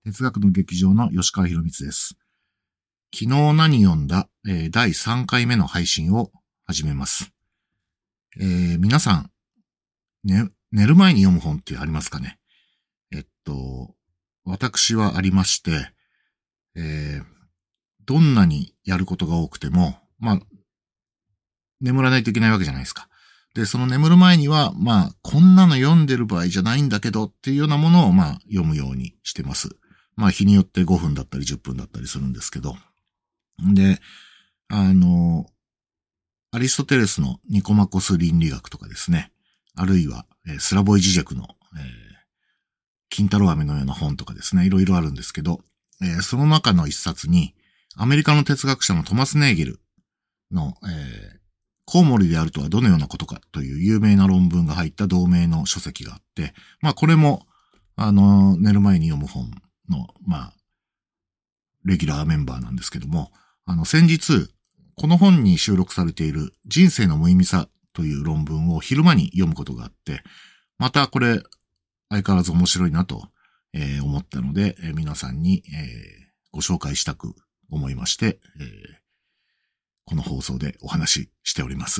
哲学の劇場の吉川博光です。昨日何読んだ、第3回目の配信を始めます。皆さん、寝る前に読む本ってありますかね？私はありまして、どんなにやることが多くても、眠らないといけないわけじゃないですか。で、その眠る前には、こんなの読んでる場合じゃないんだけどっていうようなものを、読むようにしてます。日によって5分だったり10分だったりするんですけど。で、アリストテレスのニコマコス倫理学とかですね。あるいは、スラボイジジェクの、金太郎飴のような本とかですね。いろいろあるんですけど、その中の一冊に、アメリカの哲学者のトマス・ネーゲルの、コウモリであるとはどのようなことかという有名な論文が入った同名の書籍があって、これも、寝る前に読む本の、レギュラーメンバーなんですけども、先日、この本に収録されている人生の無意味さという論文を昼間に読むことがあって、またこれ、相変わらず面白いなと、思ったので、皆さんに、ご紹介したく思いまして、この放送でお話ししております。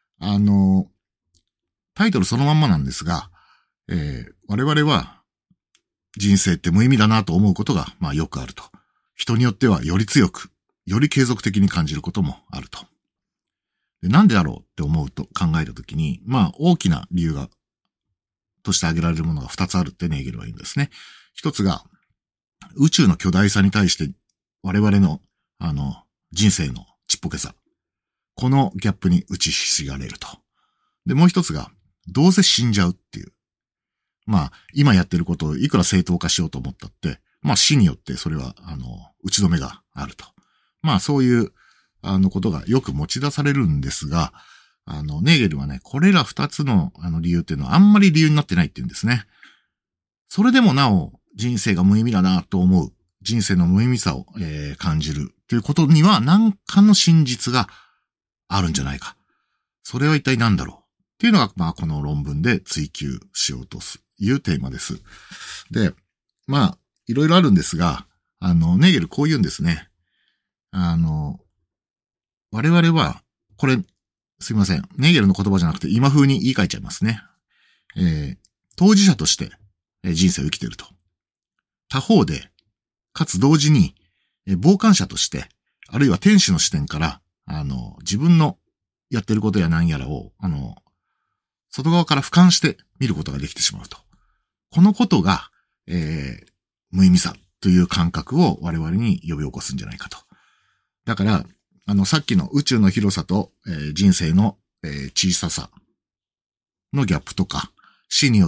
タイトルそのまんまなんですが、我々は人生って無意味だなと思うことが、よくあると。人によってはより強く、より継続的に感じることもあると。で、なんでだろうって思うと考えたときに、大きな理由が、として挙げられるものが2つあるってネーゲルは言うんですね。一つが、宇宙の巨大さに対して我々の、人生のちっぽけさ。このギャップに打ちひしがれると。で、もう一つが、どうせ死んじゃうっていう。今やってることをいくら正当化しようと思ったって、死によってそれは、打ち止めがあると。そういう、ことがよく持ち出されるんですが、ネーゲルはね、これら二つの、理由っていうのはあんまり理由になってないっていうんですね。それでもなお、人生が無意味だなと思う。人生の無意味さを、感じるということには何かの真実があるんじゃないか。それは一体何だろうっていうのが、この論文で追求しようというテーマです。で、いろいろあるんですが、ネーゲルこう言うんですね。我々は、これ、すいません。ネーゲルの言葉じゃなくて今風に言い換えちゃいますね。当事者として人生を生きていると。他方で、かつ同時に、傍観者として、あるいは天使の視点から、自分のやってることや何やらを、外側から俯瞰して見ることができてしまうと。このことが、無意味さという感覚を我々に呼び起こすんじゃないかと。だから、さっきの宇宙の広さと、人生の、小ささのギャップとか、死によって、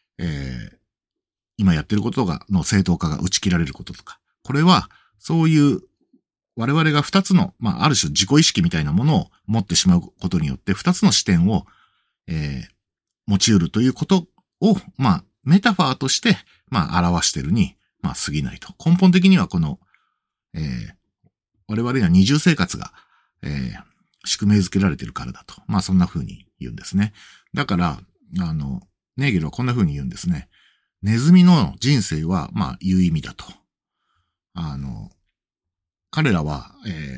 今やってることの正当化が打ち切られることとか、これは、そういう我々が二つの、ある種自己意識みたいなものを持ってしまうことによって、二つの視点を、持ち得るということを、メタファーとして、表してるに、過ぎないと。根本的にはこの、我々には二重生活が、宿命づけられてるからだと。そんな風に言うんですね。だから、ネーゲルはこんな風に言うんですね。ネズミの人生は、有意味だと。彼らは、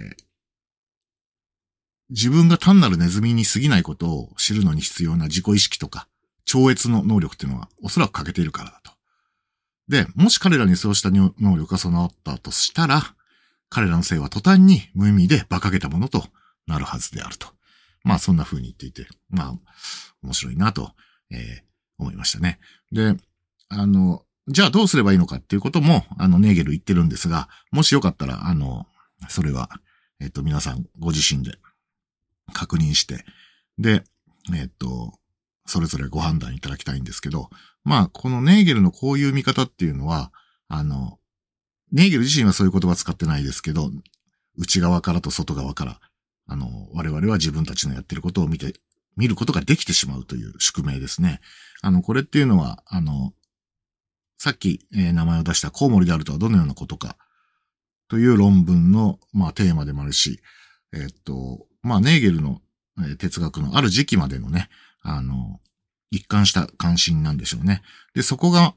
自分が単なるネズミに過ぎないことを知るのに必要な自己意識とか、超越の能力っていうのはおそらく欠けているからだと。で、もし彼らにそうした能力が備わったとしたら、彼らの生は途端に無意味で馬鹿げたものとなるはずであると。そんな風に言っていて、面白いなと、思いましたね。で、じゃあどうすればいいのかっていうことも、ネーゲル言ってるんですが、もしよかったら、それは、皆さんご自身で確認して、で、それぞれご判断いただきたいんですけど、このネーゲルのこういう見方っていうのは、ネーゲル自身はそういう言葉使ってないですけど、内側からと外側から、我々は自分たちのやってることを見ることができてしまうという宿命ですね。これっていうのは、さっき、名前を出したコウモリであるとはどのようなことかという論文の、テーマでもあるし、ネーゲルの哲学のある時期までのね、一貫した関心なんでしょうね。で、そこが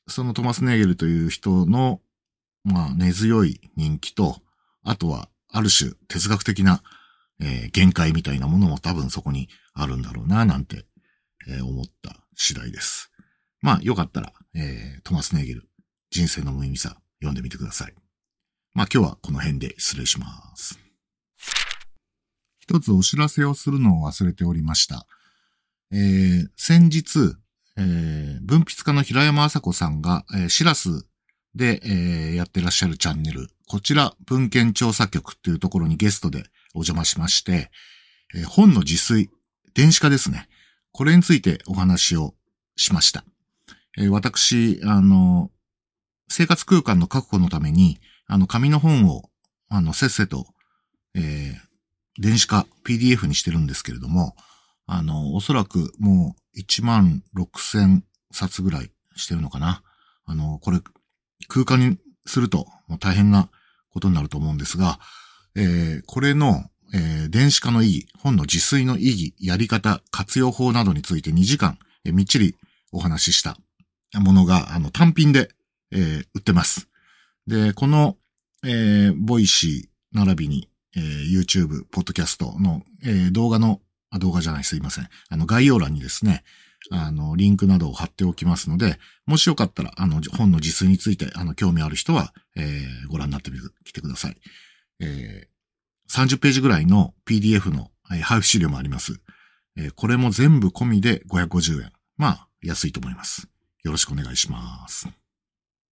そのトマス・ネーゲルという人の、根強い人気と、あとは、ある種哲学的な、限界みたいなものも多分そこにあるんだろうな、なんて、思った次第です。よかったら、トマス・ネーゲル、人生の無意味さ、読んでみてください。今日はこの辺で失礼します。一つお知らせをするのを忘れておりました。先日、文筆家の平山麻子さんが、シラスで、やってらっしゃるチャンネル、こちら文献調査局っていうところにゲストでお邪魔しまして、本の自炊、電子化ですね。これについてお話をしました。私、生活空間の確保のために、紙の本を、せっせと、電子化、PDF にしてるんですけれども、おそらくもう16,000冊ぐらいしてるのかな。これ、空間にするともう大変なことになると思うんですが、これの、電子化の意義、本の自炊の意義、やり方、活用法などについて2時間、みっちりお話ししたものが、単品で、売ってます。で、この、ボイシー並びに、YouTube、ポッドキャストの、動画じゃない、すいません。概要欄にですね、リンクなどを貼っておきますので、もしよかったら、本の自炊について、興味ある人は、ご覧になってきてください。30ページぐらいの PDF の配布資料もあります。これも全部込みで550円。安いと思います。よろしくお願いします。